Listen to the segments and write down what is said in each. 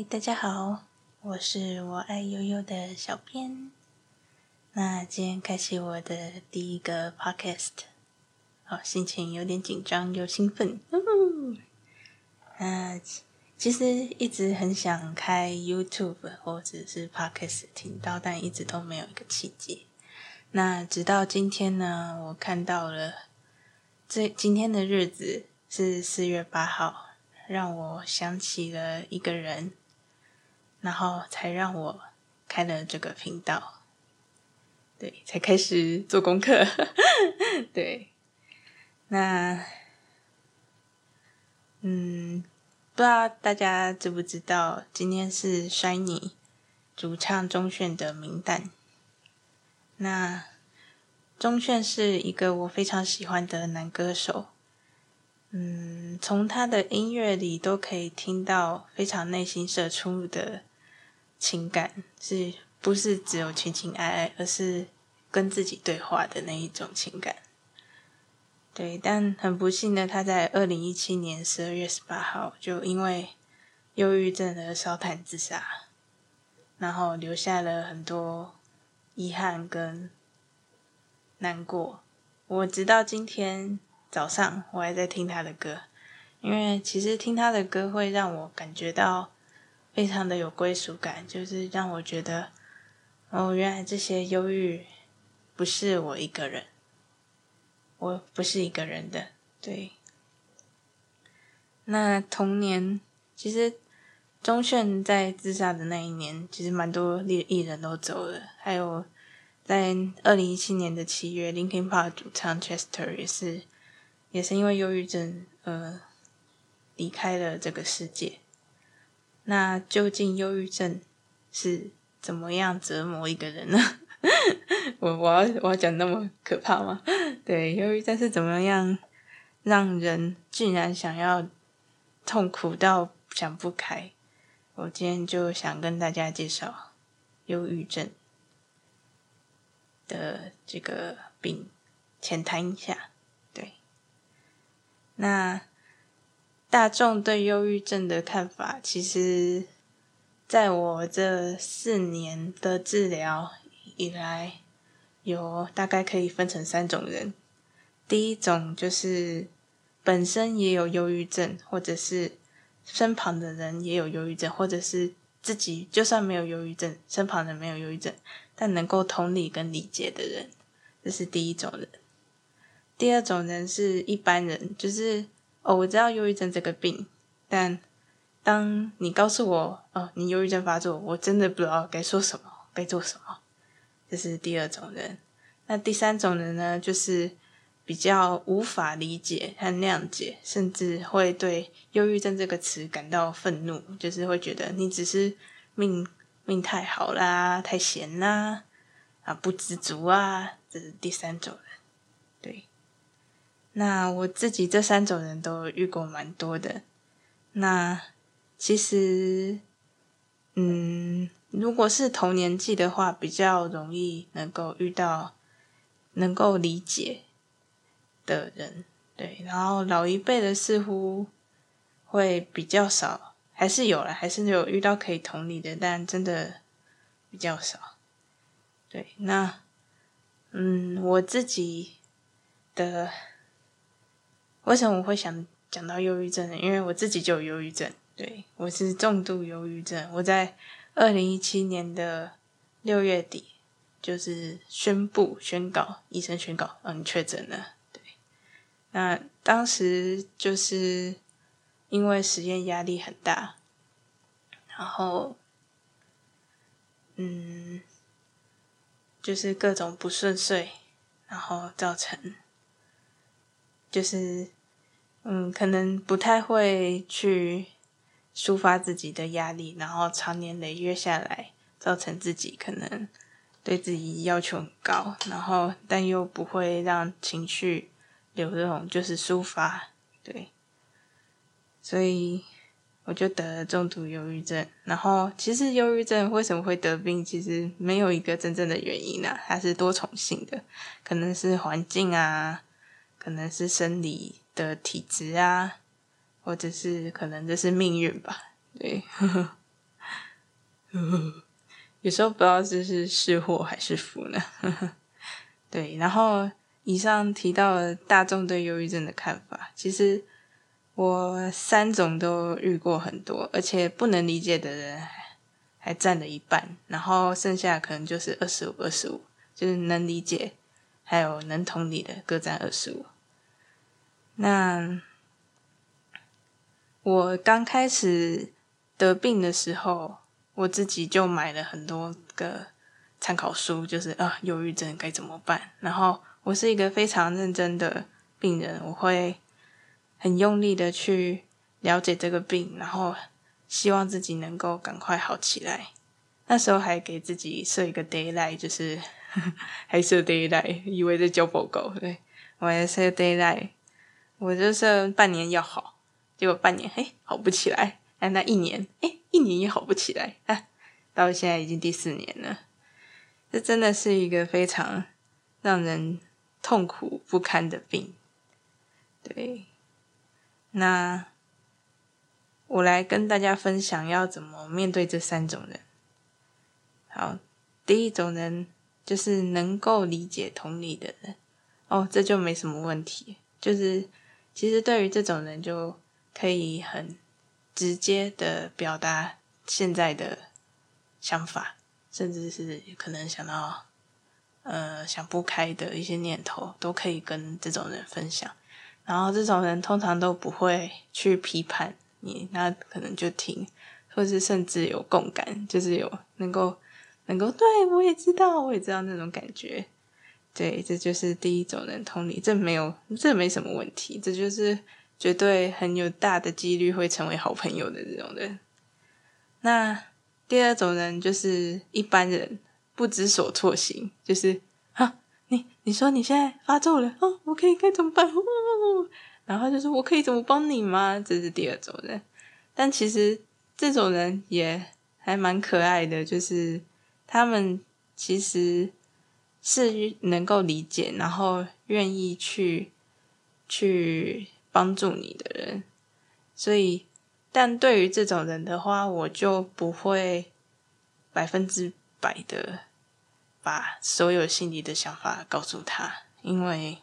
大家好，我是我爱悠悠的小编。那今天开启我的第一个 podcast， 心情有点紧张又兴奋。其实一直很想开 YouTube 或者是 podcast 频道，但一直都没有一个契机。那直到今天呢，我看到了今天的日子是4月8号，让我想起了一个人，然后才让我开了这个频道，对，才开始做功课。对，那不知道大家知不知道，今天是 Shiny 主唱钟铉的冥诞。那钟铉是一个我非常喜欢的男歌手，从他的音乐里都可以听到非常内心深处的情感，是不是只有情情爱爱，而是跟自己对话的那一种情感。对，但很不幸的，他在2017年12月18号就因为忧郁症而烧炭自杀，然后留下了很多遗憾跟难过。我直到今天早上我还在听他的歌，因为其实听他的歌会让我感觉到非常的有归属感，就是让我觉得原来这些忧郁不是我一个人，我不是一个人的。对，那同年其实钟铉在自杀的那一年，其实蛮多艺人都走了，还有在2017年的7月 Linkin Park 主唱 Chester 也是因为忧郁症离开了这个世界。那究竟忧郁症是怎么样折磨一个人呢？我要讲那么可怕吗？对，忧郁症是怎么样让人竟然想要痛苦到想不开。我今天就想跟大家介绍忧郁症的这个病，浅谈一下。对，那大众对忧郁症的看法，其实在我这4年的治疗以来，有大概可以分成3种人。第一种就是本身也有忧郁症，或者是身旁的人也有忧郁症，或者是自己就算没有忧郁症，身旁人没有忧郁症，但能够同理跟理解的人，这是第一种人。第二种人是一般人，就是我知道忧郁症这个病，但当你告诉我你忧郁症发作，我真的不知道该说什么，该做什么。这是第二种人。那第三种人呢，就是比较无法理解和谅解，甚至会对忧郁症这个词感到愤怒，就是会觉得你只是命太好啦，太闲啦，不知足啊，这是第三种人。对，那我自己这3种人都遇过蛮多的。那其实如果是同年纪的话，比较容易能够遇到能够理解的人。对，然后老一辈的似乎会比较少，还是有遇到可以同理的，但真的比较少。对，那我自己的为什么我会想讲到忧郁症呢？因为我自己就有忧郁症。对，我是重度忧郁症。我在2017年的6月底就是宣告医生宣告你确诊了。对，那当时就是因为实验压力很大，然后就是各种不顺遂，然后造成就是可能不太会去抒发自己的压力，然后长年累月下来，造成自己可能对自己要求很高，然后但又不会让情绪流动，就是抒发。对，所以我就得了重度忧郁症。然后其实忧郁症为什么会得病，其实没有一个真正的原因啊，它是多重性的，可能是环境啊，可能是生理的体质啊，或者是可能这是命运吧。对有时候不知道这是祸还是福呢。对，然后以上提到了大众对忧郁症的看法，其实我3种都遇过很多，而且不能理解的人还占了一半，然后剩下可能就是25-25，就是能理解还有能同理的各占25。那我刚开始得病的时候，我自己就买了很多个参考书，就是忧郁症该怎么办。然后我是一个非常认真的病人，我会很用力的去了解这个病，然后希望自己能够赶快好起来。那时候还给自己设一个 deadline， 就是还设 deadline， 以为在交报告。对，我还设 deadline， 我就设半年要好。结果半年好不起来，那1年1年也好不起来到现在已经第4年了。这真的是一个非常让人痛苦不堪的病。对，那我来跟大家分享要怎么面对这3种人。好，第一种人就是能够理解同理的人。这就没什么问题，就是其实对于这种人就可以很直接的表达现在的想法，甚至是可能想到想不开的一些念头，都可以跟这种人分享。然后这种人通常都不会去批判你，那可能就听，或是甚至有共感，就是有能够对，我也知道那种感觉。对，这就是第一种人同理，这没什么问题，这就是绝对很有大的几率会成为好朋友的这种人。那第二种人就是一般人不知所措型，就是你说你现在发作了我可以该怎么办然后就是我可以怎么帮你吗？这是第二种人。但其实这种人也还蛮可爱的，就是他们其实是能够理解，然后愿意去帮助你的人。所以但对于这种人的话，我就不会100%的把所有心里的想法告诉他，因为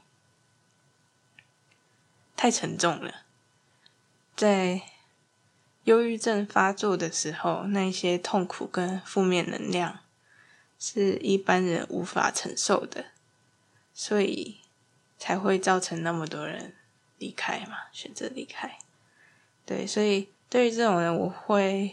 太沉重了。在忧郁症发作的时候，那些痛苦跟负面能量是一般人无法承受的，所以才会造成那么多人离开嘛，选择离开。对，所以对于这种人，我会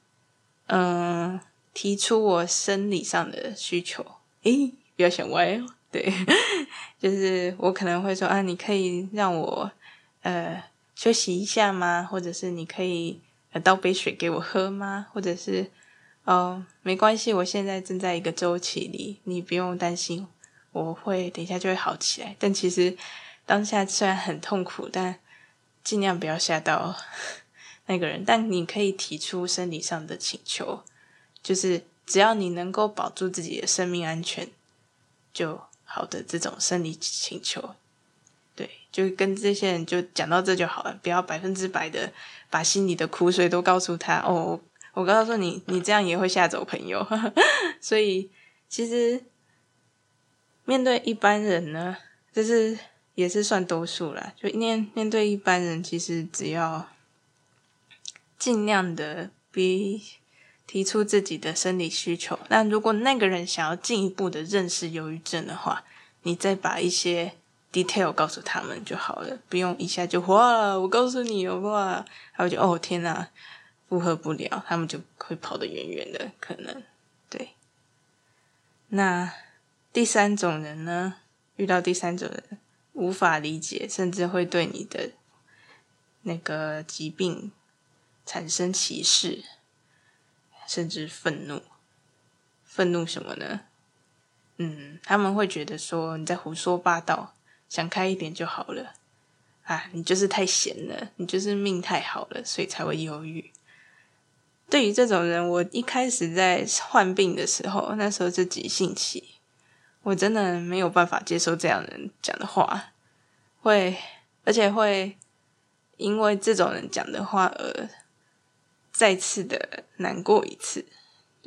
提出我生理上的需求。不要想歪哦。对，就是我可能会说你可以让我休息一下吗？或者是你可以倒杯水给我喝吗？或者是没关系，我现在正在一个周期里，你不用担心，我会等一下就会好起来。但其实当下虽然很痛苦，但尽量不要吓到那个人。但你可以提出生理上的请求，就是只要你能够保住自己的生命安全就好的这种生理请求。对，就跟这些人就讲到这就好了，不要100%的把心里的苦水都告诉他。我告诉你，你这样也会吓走朋友。所以其实面对一般人呢，就是也是算多数啦。就面对一般人，其实只要尽量的提出自己的生理需求。那如果那个人想要进一步的认识忧郁症的话，你再把一些detail 告诉他们就好了，不用一下就哇我告诉你哇，他会觉得天哪负荷不了，他们就会跑得远远的可能。对，那第3种人呢，遇到第3种人无法理解，甚至会对你的那个疾病产生歧视，甚至愤怒什么呢？他们会觉得说你在胡说八道，想开一点就好了你就是太闲了，你就是命太好了，所以才会忧郁。对于这种人，我一开始在患病的时候，那时候是急性期，我真的没有办法接受这样的人讲的话，而且会因为这种人讲的话而再次的难过一次。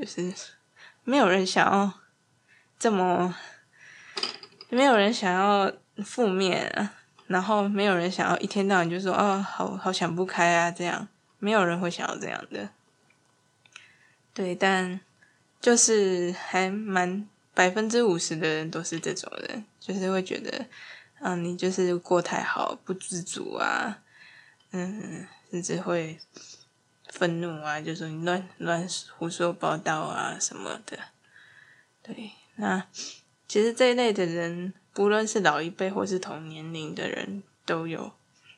就是没有人想要没有人想要负面啊，然后没有人想要一天到晚就说好想不开啊，这样没有人会想要这样的。对，但就是还蛮50%的人都是这种人，就是会觉得你就是过太好，不知足啊，甚至会愤怒啊，就说你乱胡说八道啊什么的。对，那其实这一类的人，不论是老一辈或是同年龄的人都有。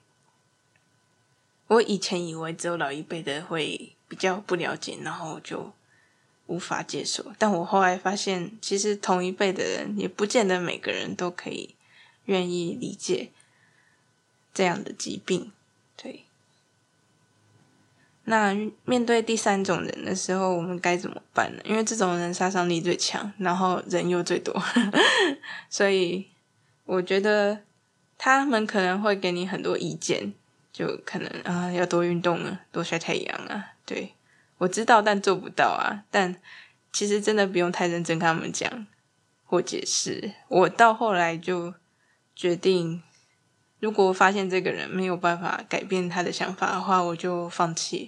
我以前以为只有老一辈的会比较不了解，然后就无法接受，但我后来发现，其实同一辈的人也不见得每个人都可以愿意理解这样的疾病。对，那面对第三种人的时候，我们该怎么办呢？因为这种人杀伤力最强，然后人又最多所以我觉得他们可能会给你很多意见，就可能要多运动啊，多晒太阳啊。对，我知道但做不到啊，但其实真的不用太认真跟他们讲或解释。我到后来就决定，如果发现这个人没有办法改变他的想法的话，我就放弃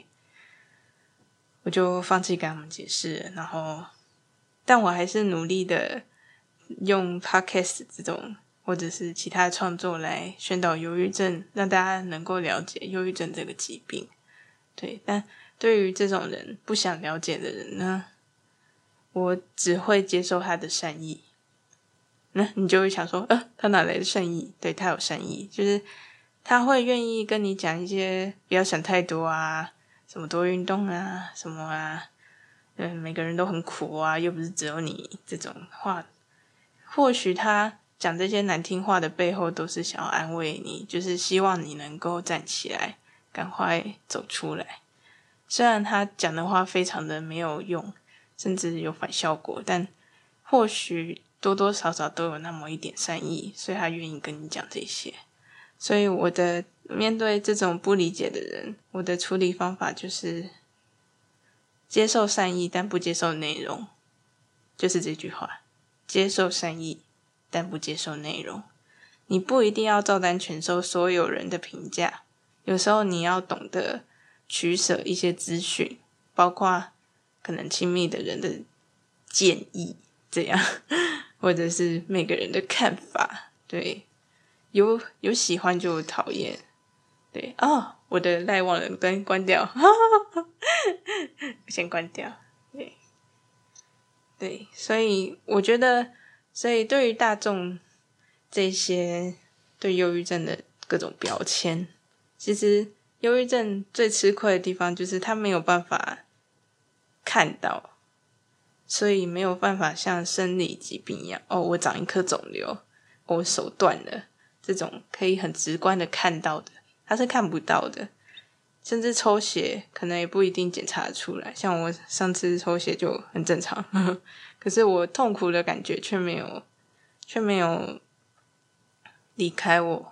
跟他们解释。然后但我还是努力的用 podcast 这种或者是其他创作来宣导忧郁症，让大家能够了解忧郁症这个疾病。对，但对于这种人不想了解的人呢，我只会接受他的善意。那你就会想说他哪来的善意？对，他有善意，就是他会愿意跟你讲一些不要想太多啊，什么多运动啊，什么啊，每个人都很苦啊，又不是只有你，这种话。或许他讲这些难听话的背后都是想要安慰你，就是希望你能够站起来，赶快走出来。虽然他讲的话非常的没有用，甚至有反效果，但或许多多少少都有那么一点善意，所以他愿意跟你讲这些。所以面对这种不理解的人，我的处理方法就是接受善意但不接受内容，就是这句话，接受善意但不接受内容。你不一定要照单全收所有人的评价，有时候你要懂得取舍一些资讯，包括可能亲密的人的建议这样，或者是每个人的看法。对，有喜欢就有讨厌。对我的赖忘了灯关掉先关掉。对，所以我觉得，对于大众这些对忧郁症的各种标签，其实忧郁症最吃亏的地方就是他没有办法看到，所以没有办法像生理疾病一样，我长一颗肿瘤，我手断了，这种可以很直观的看到的，他是看不到的。甚至抽血可能也不一定检查得出来，像我上次抽血就很正常可是我痛苦的感觉却没有离开我，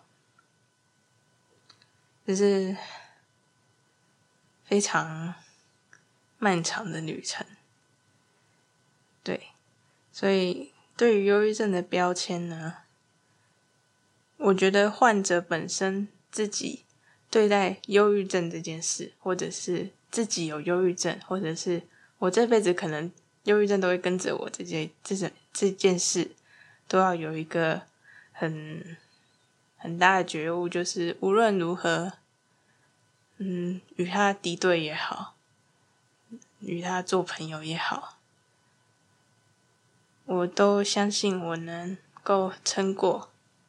就是非常漫长的旅程。对，所以对于忧郁症的标签呢，我觉得患者本身自己对待忧郁症这件事，或者是自己有忧郁症，或者是我这辈子可能忧郁症都会跟着我，这件事都要有一个很大的觉悟，就是无论如何与他敌对也好，与他做朋友也好，我都相信我能够撑过，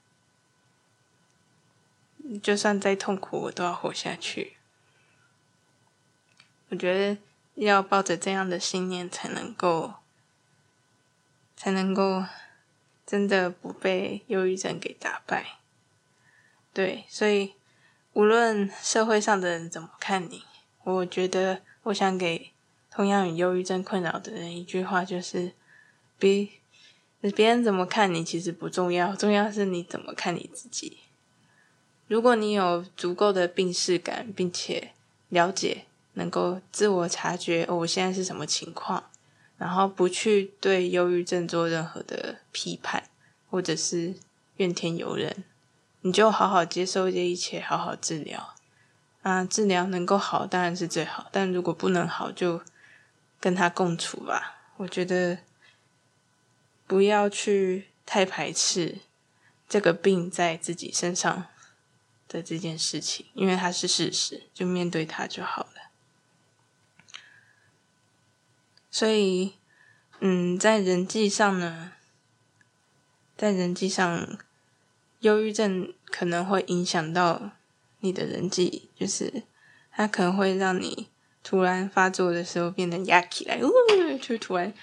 就算再痛苦我都要活下去。我觉得要抱着这样的信念才能够真的不被忧郁症给打败。对，所以无论社会上的人怎么看你，我觉得我想给同样与忧郁症困扰的人一句话，就是别人怎么看你其实不重要，重要是你怎么看你自己。如果你有足够的病识感，并且了解能够自我察觉我现在是什么情况， 然后不去对忧郁症做任何的批判或者是怨天尤人，你就好好接受这一切，好好治疗。治疗能够好当然是最好，但如果不能好就跟他共处吧。我觉得不要去太排斥这个病在自己身上的这件事情，因为它是事实，就面对它就好了。所以在人际上呢，忧郁症可能会影响到你的人际，就是它可能会让你突然发作的时候变得压起来，就突然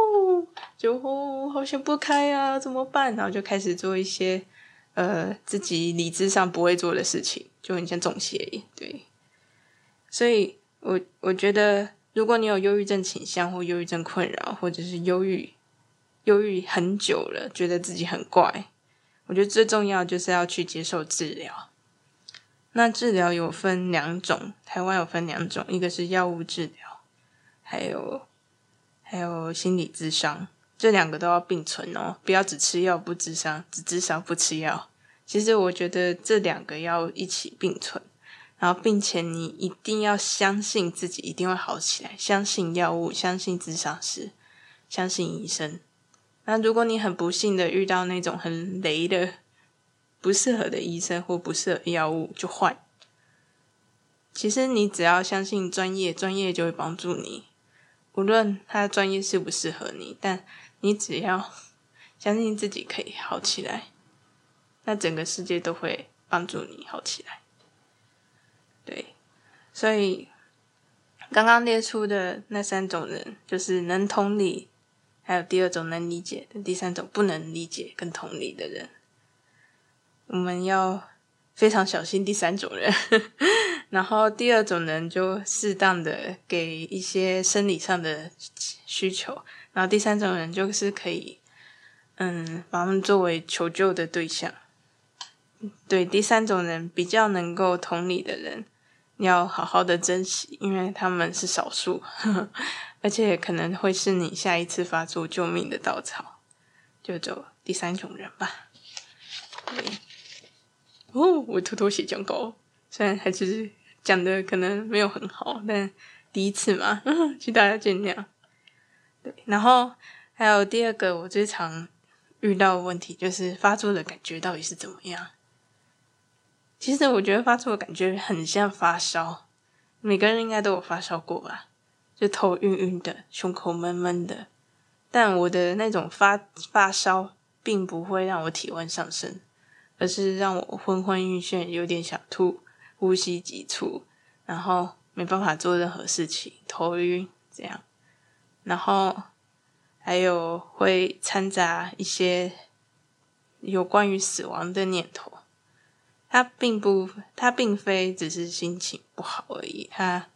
好想不开啊，怎么办？然后就开始做一些自己理智上不会做的事情，就很像中邪。对，所以我觉得如果你有忧郁症倾向或忧郁症困扰，或者是忧郁很久了，觉得自己很怪，我觉得最重要就是要去接受治疗。那治疗有分2种，台湾有分2种，一个是药物治疗，还有心理咨商，这2个都要并存哦，不要只吃药不咨商，只咨商不吃药。其实我觉得这2个要一起并存，然后并且你一定要相信自己一定会好起来，相信药物，相信咨商师，相信医生。那如果你很不幸的遇到那种很雷的不适合的医生或不适合的药物，就换。其实你只要相信专业，专业就会帮助你，无论他的专业适不适合你，但你只要相信自己可以好起来，那整个世界都会帮助你好起来。对，所以刚刚列出的那3种人，就是能同理，还有第2种能理解，第3种不能理解跟同理的人，我们要非常小心第3种人然后第2种人就适当的给一些生理上的需求，然后第3种人就是可以把他们作为求救的对象。对，第3种人比较能够同理的人要好好的珍惜，因为他们是少数而且可能会是你下一次发作救命的稻草，就走第3种人吧。对，我偷偷写讲稿，虽然还是讲的可能没有很好，但第一次嘛请大家见谅。对，然后还有第2个我最常遇到的问题，就是发作的感觉到底是怎么样。其实我觉得发作的感觉很像发烧，每个人应该都有发烧过吧，就头晕晕的，胸口闷闷的，但我的那种发烧并不会让我体温上升，而是让我昏昏欲眩，有点想吐，呼吸急促，然后没办法做任何事情，头晕这样。然后还有会掺杂一些有关于死亡的念头。它并非只是心情不好而已，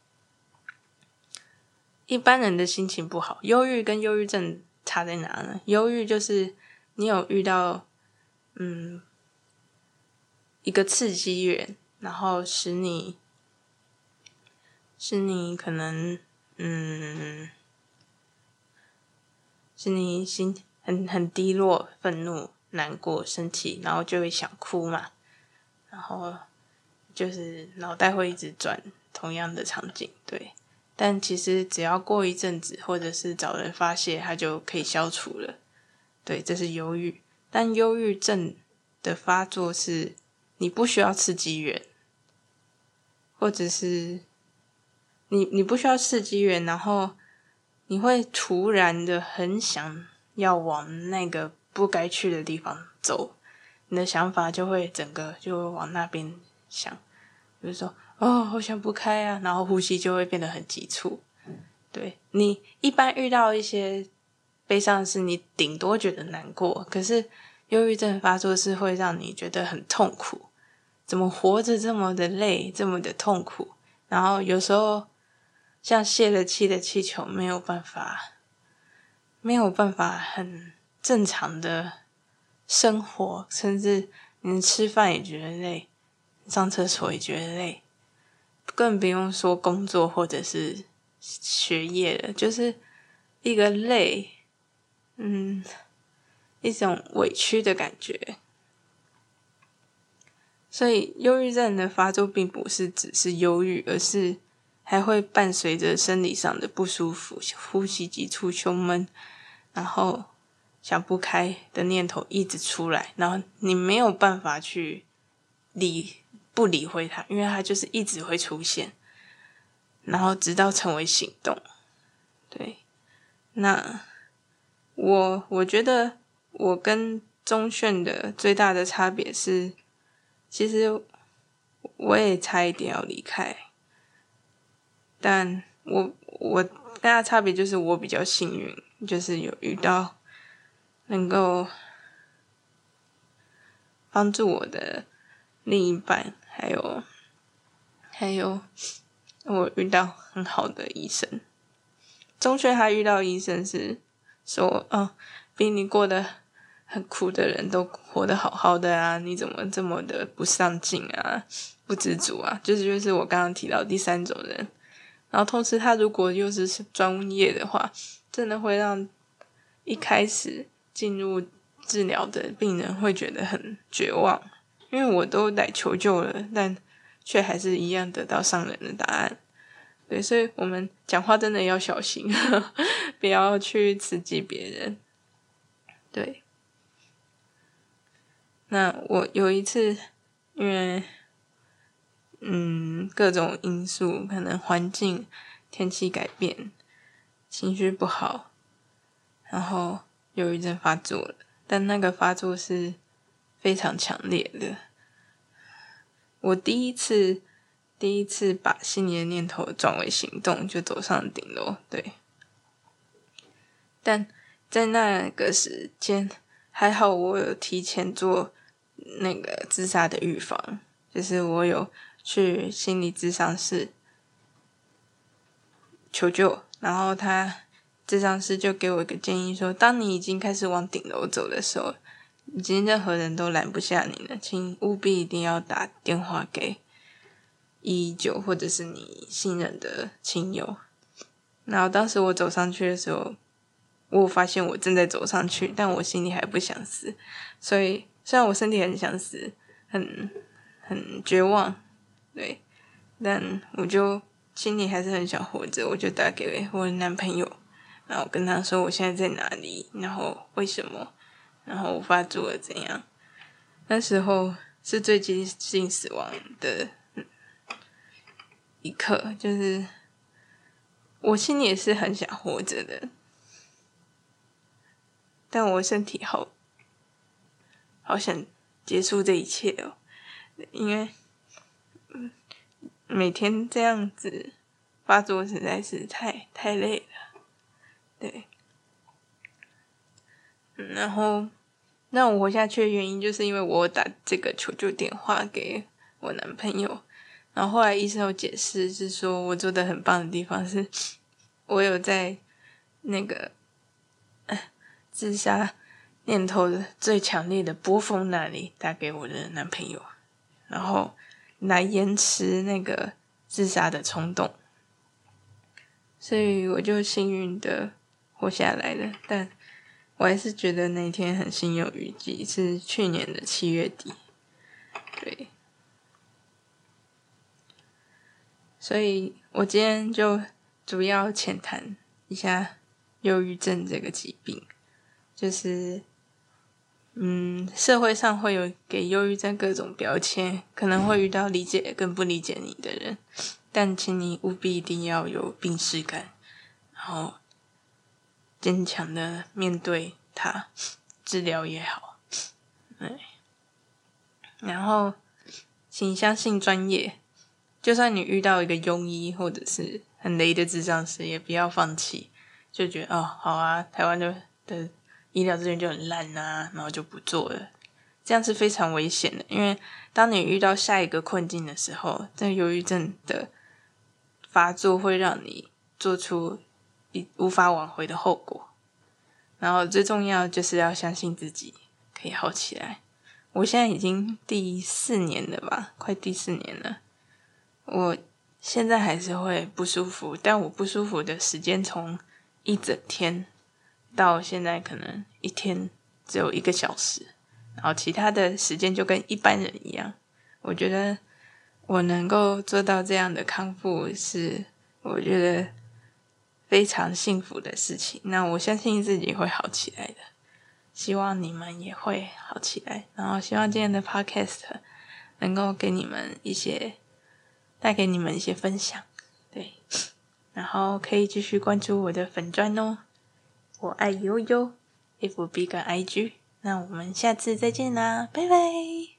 一般人的心情不好，忧郁跟忧郁症差在哪呢？忧郁就是你有遇到一个刺激源，然后使你可能使你心很低落、愤怒、难过、生气，然后就会想哭嘛，然后就是脑袋会一直转同样的场景，对。但其实只要过一阵子，或者是找人发泄，它就可以消除了。对，这是忧郁。但忧郁症的发作是你不需要刺激源，或者是你不需要刺激源，然后你会突然的很想要往那个不该去的地方走，你的想法就会整个就会往那边想，比如说好想不开啊，然后呼吸就会变得很急促。对，你一般遇到一些悲伤的事，你顶多觉得难过，可是忧郁症发作是会让你觉得很痛苦，怎么活着这么的累，这么的痛苦，然后有时候像泄了气的气球没有办法很正常的生活，甚至你吃饭也觉得累，上厕所也觉得累，更不用说工作或者是学业了，就是一个累，一种委屈的感觉。所以忧郁症的发作并不是只是忧郁，而是还会伴随着生理上的不舒服，呼吸急促、胸闷，然后想不开的念头一直出来，然后你没有办法去不理会它，因为它就是一直会出现，然后直到成为行动。对，那我觉得我跟钟铉的最大的差别是，其实我也差一点要离开，但我跟他差别就是我比较幸运，就是有遇到能够帮助我的另一半，还有我遇到很好的医生。钟铉他遇到医生是说，比你过得很苦的人都活得好好的啊，你怎么这么的不上进啊，不知足啊，就是我刚刚提到第三种人。然后同时他如果又是专业的话，真的会让一开始进入治疗的病人会觉得很绝望，因为我都来求救了，但却还是一样得到伤人的答案。对，所以我们讲话真的要小心，不要去刺激别人。对，那我有一次，因为各种因素，可能环境、天气改变，情绪不好，然后忧郁症发作了，但那个发作是非常强烈的。我第一次把心里的念头转为行动，就走上顶楼。对，但在那个时间还好，我有提前做那个自杀的预防，就是我有去心理咨商室求救，然后咨商师就给我一个建议说，当你已经开始往顶楼走的时候，已经任何人都拦不下你了，请务必一定要打电话给119或者是你信任的亲友。然后当时我走上去的时候，我发现我正在走上去，但我心里还不想死，所以虽然我身体很想死，很绝望，对，但我就心里还是很想活着，我就打给我的男朋友，然后跟他说我现在在哪里，然后为什么，然后我发作了怎样。那时候是最接近死亡的一刻，就是我心里也是很想活着的，但我身体好想结束这一切哦，因为每天这样子发作实在是太累了。对，然后让我活下去的原因就是因为我打这个求救电话给我男朋友，然后后来医生有解释是说我做的很棒的地方是我有在那个自杀念头的最强烈的波峰那里打给我的男朋友，然后来延迟那个自杀的冲动，所以我就幸运的活下来了。但我还是觉得那天很心有余悸，是去年的7月底。对，所以我今天就主要浅谈一下忧郁症这个疾病，就是社会上会有给忧郁症各种标签，可能会遇到理解跟不理解你的人，但请你务必一定要有病识感，然后坚强的面对它，治疗也好，然后请相信专业，就算你遇到一个庸医或者是很雷的咨商师，也不要放弃，就觉得好啊，台湾的医疗资源就很烂啊，然后就不做了，这样是非常危险的。因为当你遇到下一个困境的时候，这忧郁症的发作会让你做出无法挽回的后果。然后最重要就是要相信自己可以好起来。我现在已经第4年了吧，快第4年了。我现在还是会不舒服，但我不舒服的时间从一整天到现在可能一天只有1个小时，然后其他的时间就跟一般人一样。我觉得我能够做到这样的康复是我觉得非常幸福的事情。那我相信自己会好起来的，希望你们也会好起来。然后希望今天的 podcast 能够给你们带给你们一些分享，对。然后可以继续关注我的粉专哦，我爱悠悠 FB 跟 IG。那我们下次再见啦，拜拜。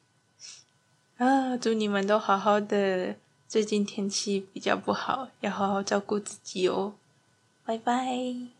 祝你们都好好的，最近天气比较不好，要好好照顾自己哦，拜拜。